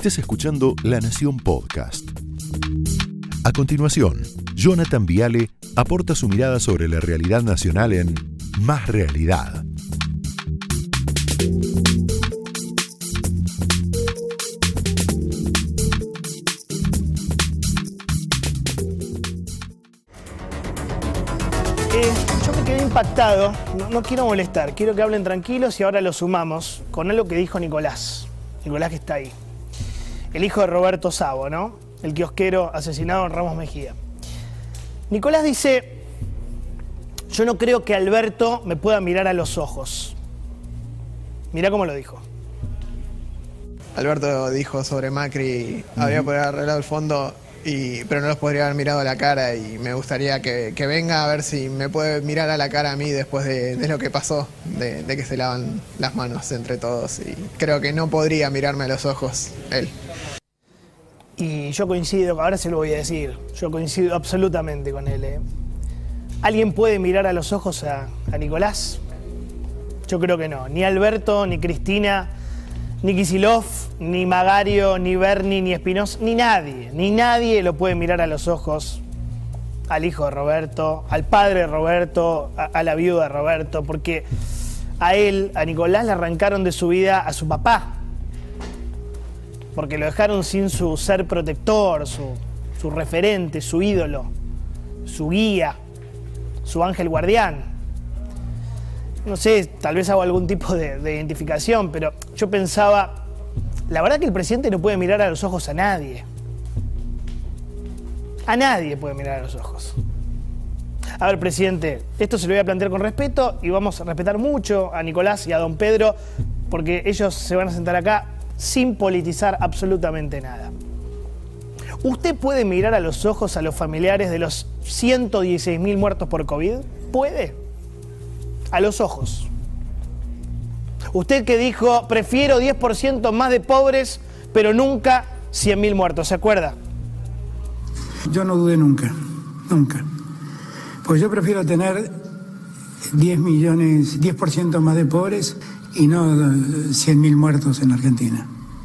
Estés escuchando La Nación Podcast. A continuación, Jonathan Viale aporta su mirada sobre la realidad nacional en Más Realidad. Yo me quedé impactado, no quiero molestar, quiero que hablen tranquilos y ahora lo sumamos con algo que dijo Nicolás que está ahí. El hijo de Roberto Savo, ¿no? El kiosquero asesinado en Ramos Mejía. Nicolás dice: yo no creo que Alberto me pueda mirar a los ojos. Mirá cómo lo dijo. Alberto dijo sobre Macri, habría podido haber arreglado el fondo, pero no los podría haber mirado a la cara, y me gustaría que venga a ver si me puede mirar a la cara a mí después de lo que pasó, de que se lavan las manos entre todos, y creo que no podría mirarme a los ojos él. Y yo coincido, ahora se lo voy a decir, yo coincido absolutamente con él. ¿Alguien puede mirar a los ojos a Nicolás? Yo creo que no, ni Alberto, ni Cristina, ni Kicillof, ni Magario, ni Berni, ni Espinosa, ni nadie lo puede mirar a los ojos al hijo de Roberto, al padre de Roberto, a la viuda de Roberto, porque a él, a Nicolás, le arrancaron de su vida a su papá, porque lo dejaron sin su ser protector, su referente, su ídolo, su guía, su ángel guardián. No sé, tal vez hago algún tipo de identificación, pero yo pensaba, la verdad que el presidente no puede mirar a los ojos a nadie. A nadie puede mirar a los ojos. A ver, presidente, esto se lo voy a plantear con respeto y vamos a respetar mucho a Nicolás y a don Pedro, porque ellos se van a sentar acá sin politizar absolutamente nada. ¿Usted puede mirar a los ojos a los familiares de los 116.000 muertos por COVID? ¿Puede? A los ojos. Usted que dijo, prefiero 10% más de pobres, pero nunca 100.000 muertos, ¿se acuerda? Yo no dudé nunca. Pues yo prefiero tener 10% más de pobres y no 100.000 muertos en Argentina.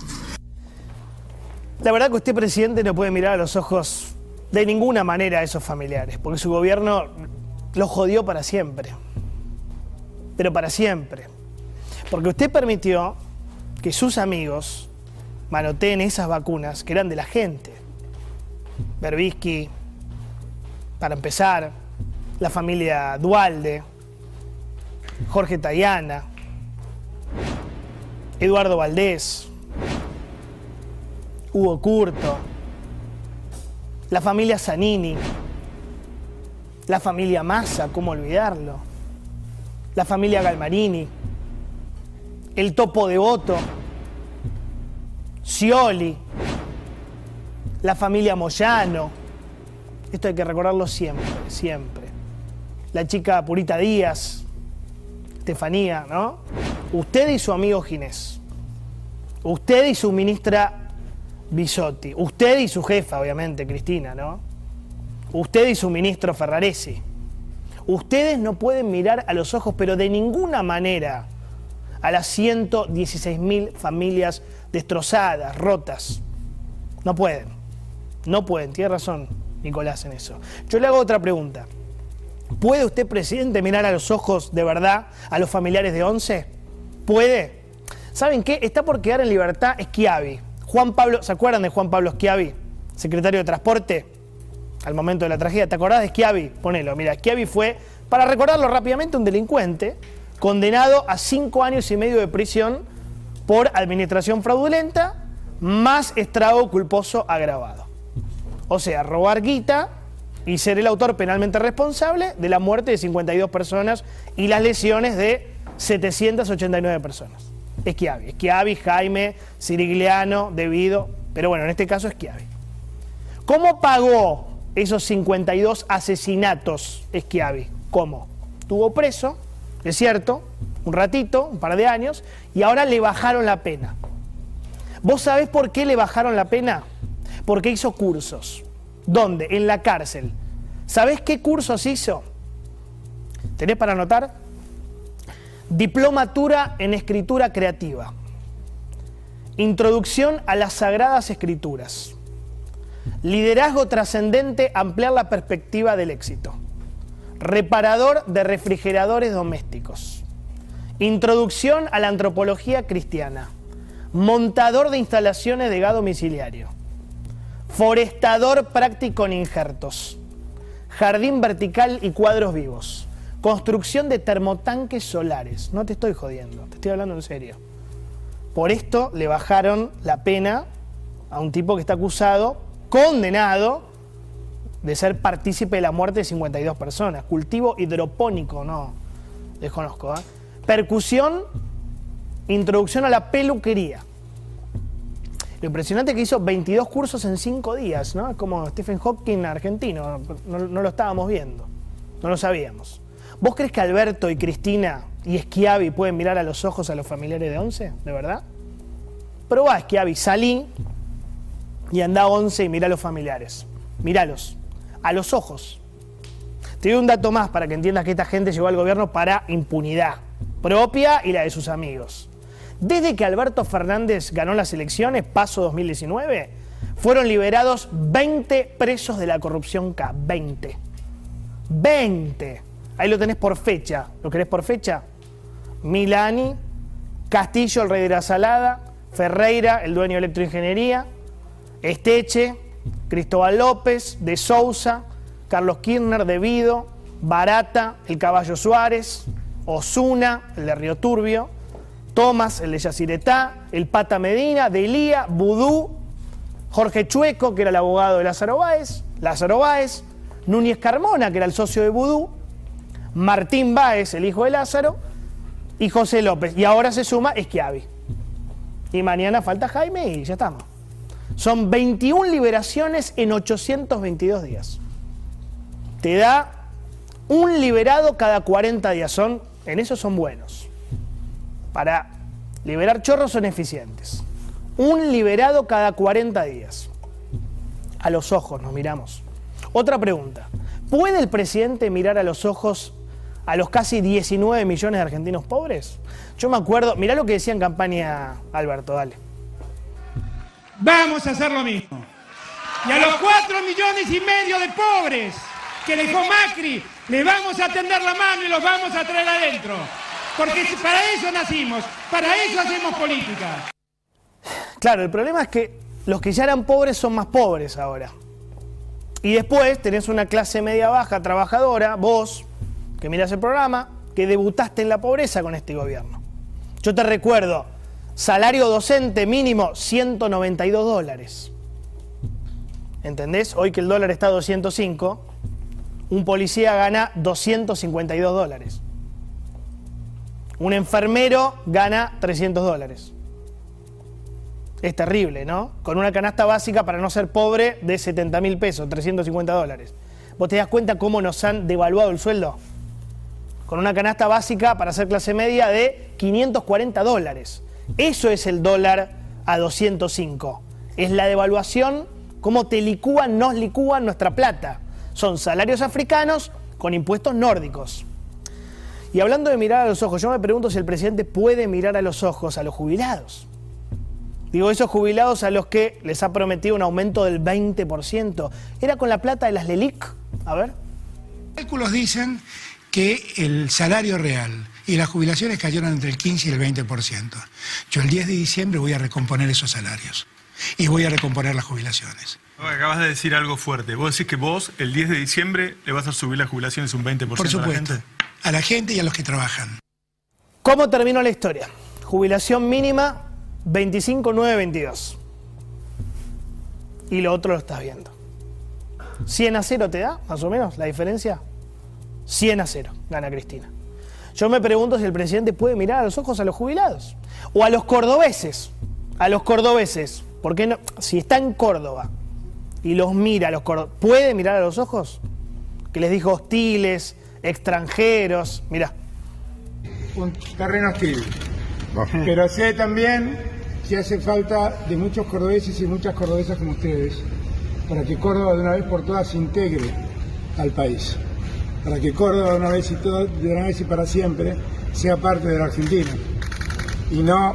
La verdad que usted, presidente, no puede mirar a los ojos de ninguna manera a esos familiares, porque su gobierno los jodió para siempre. Pero para siempre. Porque usted permitió que sus amigos manoteen esas vacunas que eran de la gente. Berbisky, para empezar, la familia Duhalde, Jorge Tayana, Eduardo Valdés, Hugo Curto, la familia Zanini, la familia Massa, ¿cómo olvidarlo? La familia Galmarini, el Topo Devoto, Scioli, la familia Moyano. Esto hay que recordarlo siempre, siempre. La chica Purita Díaz, Estefanía, ¿no? Usted y su amigo Ginés. Usted y su ministra Bisotti. Usted y su jefa, obviamente, Cristina, ¿no? Usted y su ministro Ferraresi. Ustedes no pueden mirar a los ojos, pero de ninguna manera, a las 116.000 familias destrozadas, rotas. No pueden. No pueden. Tiene razón Nicolás en eso. Yo le hago otra pregunta. ¿Puede usted, presidente, mirar a los ojos de verdad a los familiares de 11? ¿Puede? ¿Saben qué? Está por quedar en libertad Schiavi. Juan Pablo, ¿se acuerdan de Juan Pablo Schiavi? Secretario de Transporte, al momento de la tragedia. ¿Te acordás de Schiavi? Ponelo, mira, Schiavi fue, para recordarlo rápidamente, un delincuente condenado a 5 años y medio de prisión por administración fraudulenta más estrago culposo agravado. O sea, robar guita y ser el autor penalmente responsable de la muerte de 52 personas y las lesiones de 789 personas. Schiavi, Jaime, Sirigliano, Devido, pero bueno, en este caso Schiavi. ¿Cómo pagó esos 52 asesinatos Schiavi? ¿Cómo? Estuvo preso, es cierto, un ratito, un par de años, y ahora le bajaron la pena. ¿Vos sabés por qué le bajaron la pena? Porque hizo cursos. ¿Dónde? En la cárcel. ¿Sabés qué cursos hizo? ¿Tenés para anotar? Diplomatura en escritura creativa. Introducción a las Sagradas Escrituras. Liderazgo trascendente, ampliar la perspectiva del éxito. Reparador de refrigeradores domésticos. Introducción a la antropología cristiana. Montador de instalaciones de gas domiciliario. Forestador práctico en injertos. Jardín vertical y cuadros vivos. Construcción de termotanques solares. No te estoy jodiendo, te estoy hablando en serio. Por esto le bajaron la pena a un tipo que está acusado, condenado, de ser partícipe de la muerte de 52 personas. Cultivo hidropónico, no, desconozco. Percusión, introducción a la peluquería. Lo impresionante es que hizo 22 cursos en 5 días, ¿no? Es como Stephen Hawking argentino, no lo estábamos viendo, no lo sabíamos. ¿Vos crees que Alberto y Cristina y Schiavi pueden mirar a los ojos a los familiares de Once? ¿De verdad? Probá, Schiavi, salí y andá a Once y mirá a los familiares. Míralos, a los ojos. Te doy un dato más para que entiendas que esta gente llegó al gobierno para impunidad propia y la de sus amigos. Desde que Alberto Fernández ganó las elecciones, paso 2019, fueron liberados 20 presos de la corrupción K. 20. 20. Ahí lo tenés por fecha. ¿Lo querés por fecha? Milani, Castillo, el rey de la salada, Ferreira, el dueño de Electroingeniería, Esteche, Cristóbal López, De Sousa, Carlos Kirchner, De Vido, Barata, el Caballo Suárez, Osuna, el de Río Turbio, Tomás, el de Yacyretá, el Pata Medina, Delía, Vudú, Jorge Chueco, que era el abogado de Lázaro Báez, Núñez Carmona, que era el socio de Vudú, Martín Báez, el hijo de Lázaro, y José López. Y ahora se suma Schiavi. Y mañana falta Jaime y ya estamos. Son 21 liberaciones en 822 días. Te da un liberado cada 40 días. En eso son buenos. Para liberar chorros son eficientes. Un liberado cada 40 días. A los ojos nos miramos. Otra pregunta. ¿Puede el presidente mirar a los ojos a los casi 19 millones de argentinos pobres? Yo me acuerdo, mirá lo que decía en campaña Alberto, dale. Vamos a hacer lo mismo. Y a los 4,5 millones de pobres que dejó Macri, le vamos a tender la mano y los vamos a traer adentro. Porque para eso nacimos, para eso hacemos política. Claro, el problema es que los que ya eran pobres son más pobres ahora. Y después tenés una clase media baja, trabajadora, vos, que mirás el programa, que debutaste en la pobreza con este gobierno. Yo te recuerdo, salario docente mínimo, $192. ¿Entendés? Hoy que el dólar está a 205, un policía gana $252. Un enfermero gana $300. Es terrible, ¿no? Con una canasta básica para no ser pobre de 70.000 pesos, $350. ¿Vos te das cuenta cómo nos han devaluado el sueldo? Con una canasta básica para ser clase media de $540. Eso es el dólar a 205. Es la devaluación, cómo te licúan, nos licúan nuestra plata. Son salarios africanos con impuestos nórdicos. Y hablando de mirar a los ojos, yo me pregunto si el presidente puede mirar a los ojos a los jubilados. Digo, esos jubilados a los que les ha prometido un aumento del 20%. ¿Era con la plata de las LELIC? A ver. Los cálculos dicen que el salario real y las jubilaciones cayeron entre el 15 y el 20%. Yo el 10 de diciembre voy a recomponer esos salarios y voy a recomponer las jubilaciones. Acabas de decir algo fuerte. Vos decís que vos el 10 de diciembre le vas a subir las jubilaciones un 20% Por supuesto, a la gente. A la gente y a los que trabajan. ¿Cómo terminó la historia? Jubilación mínima 25.922. Y lo otro lo estás viendo. 100-0 te da, más o menos, la diferencia. 100-0 gana Cristina. Yo me pregunto si el presidente puede mirar a los ojos a los jubilados. O a los cordobeses. A los cordobeses. ¿Por qué no? Si está en Córdoba y los mira a los cordobeses, ¿puede mirar a los ojos? Que les dijo hostiles, extranjeros. Mirá. Un terreno hostil. Pero sé también que hace falta de muchos cordobeses y muchas cordobesas como ustedes para que Córdoba de una vez por todas se integre al país. Para que Córdoba de una vez y para siempre sea parte de la Argentina. Y no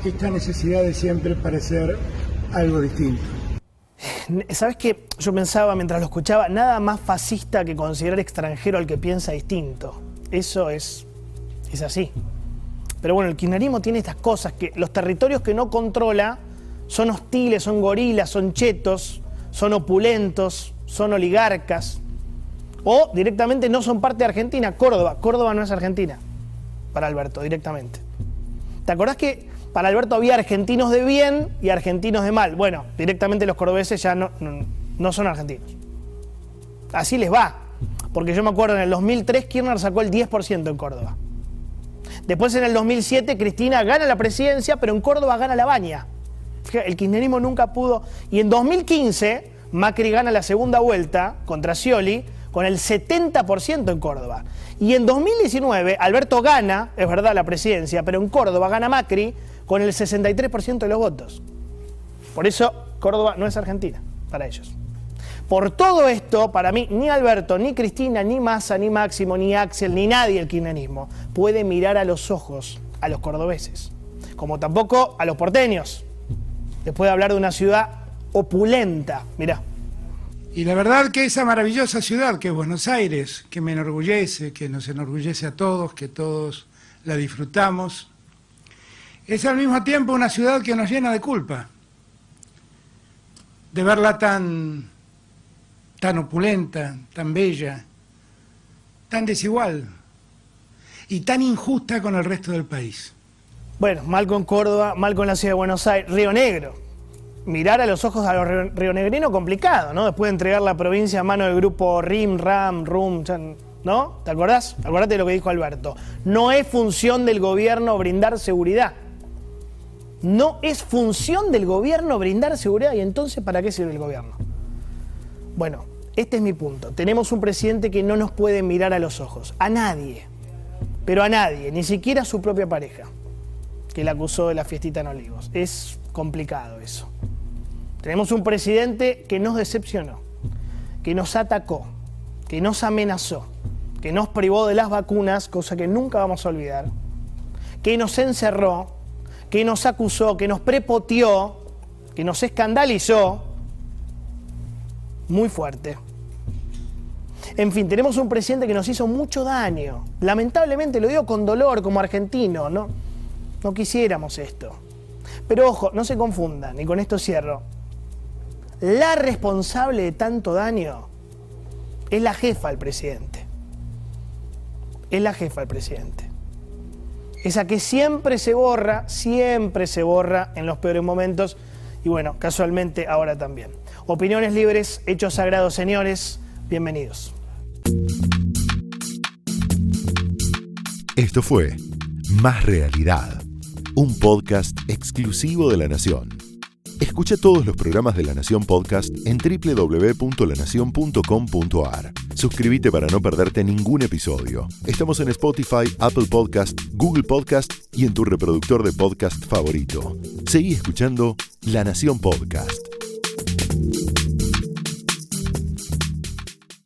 esta necesidad de siempre parecer algo distinto. ¿Sabes qué? Yo pensaba mientras lo escuchaba, nada más fascista que considerar extranjero al que piensa distinto. Eso es así. Pero bueno, el kirchnerismo tiene estas cosas, que los territorios que no controla son hostiles, son gorilas, son chetos, son opulentos, son oligarcas. O directamente no son parte de Argentina. Córdoba no es Argentina para Alberto, directamente. ¿Te acordás que para Alberto había argentinos de bien y argentinos de mal? Bueno, directamente los cordobeses ya no son argentinos. Así les va. Porque yo me acuerdo, en el 2003 Kirchner sacó el 10% en Córdoba. Después en el 2007 Cristina gana la presidencia, pero en Córdoba gana la Baña. Fíjate, el kirchnerismo nunca pudo. Y en 2015 Macri gana la segunda vuelta contra Scioli con el 70% en Córdoba. Y en 2019 Alberto gana, es verdad, la presidencia, pero en Córdoba gana Macri con el 63% de los votos. Por eso Córdoba no es Argentina para ellos. Por todo esto, para mí, ni Alberto, ni Cristina, ni Massa, ni Máximo, ni Axel, ni nadie del kirchnerismo puede mirar a los ojos a los cordobeses, como tampoco a los porteños. Después de hablar de una ciudad opulenta, mirá. Y la verdad que esa maravillosa ciudad que es Buenos Aires, que me enorgullece, que nos enorgullece a todos, que todos la disfrutamos, es al mismo tiempo una ciudad que nos llena de culpa, de verla tan opulenta, tan bella, tan desigual y tan injusta con el resto del país. Bueno, mal con Córdoba, mal con la ciudad de Buenos Aires. Río Negro. Mirar a los ojos a los rionegrinos complicado, ¿no? Después de entregar la provincia a mano del grupo RIM, RAM, RUM, ¿no? ¿Te acordás? Acordate de lo que dijo Alberto. No es función del gobierno brindar seguridad. No es función del gobierno brindar seguridad. ¿Y entonces para qué sirve el gobierno? Bueno, este es mi punto. Tenemos un presidente que no nos puede mirar a los ojos. A nadie. Pero a nadie. Ni siquiera a su propia pareja, que la acusó de la fiestita en Olivos. Es complicado eso. Tenemos un presidente que nos decepcionó, que nos atacó, que nos amenazó, que nos privó de las vacunas, cosa que nunca vamos a olvidar, que nos encerró, que nos acusó, que nos prepoteó, que nos escandalizó. Muy fuerte. En fin, tenemos un presidente que nos hizo mucho daño. Lamentablemente, lo digo con dolor como argentino, no quisiéramos esto. Pero ojo, no se confundan, y con esto cierro. La responsable de tanto daño es la jefa del presidente. Es la jefa del presidente. Esa que siempre se borra en los peores momentos, y bueno, casualmente ahora también. Opiniones libres, hechos sagrados, señores, bienvenidos. Esto fue Más Realidad, un podcast exclusivo de La Nación. Escucha todos los programas de La Nación Podcast en www.lanacion.com.ar. Suscríbete para no perderte ningún episodio. Estamos en Spotify, Apple Podcast, Google Podcast y en tu reproductor de podcast favorito. Seguí escuchando La Nación Podcast.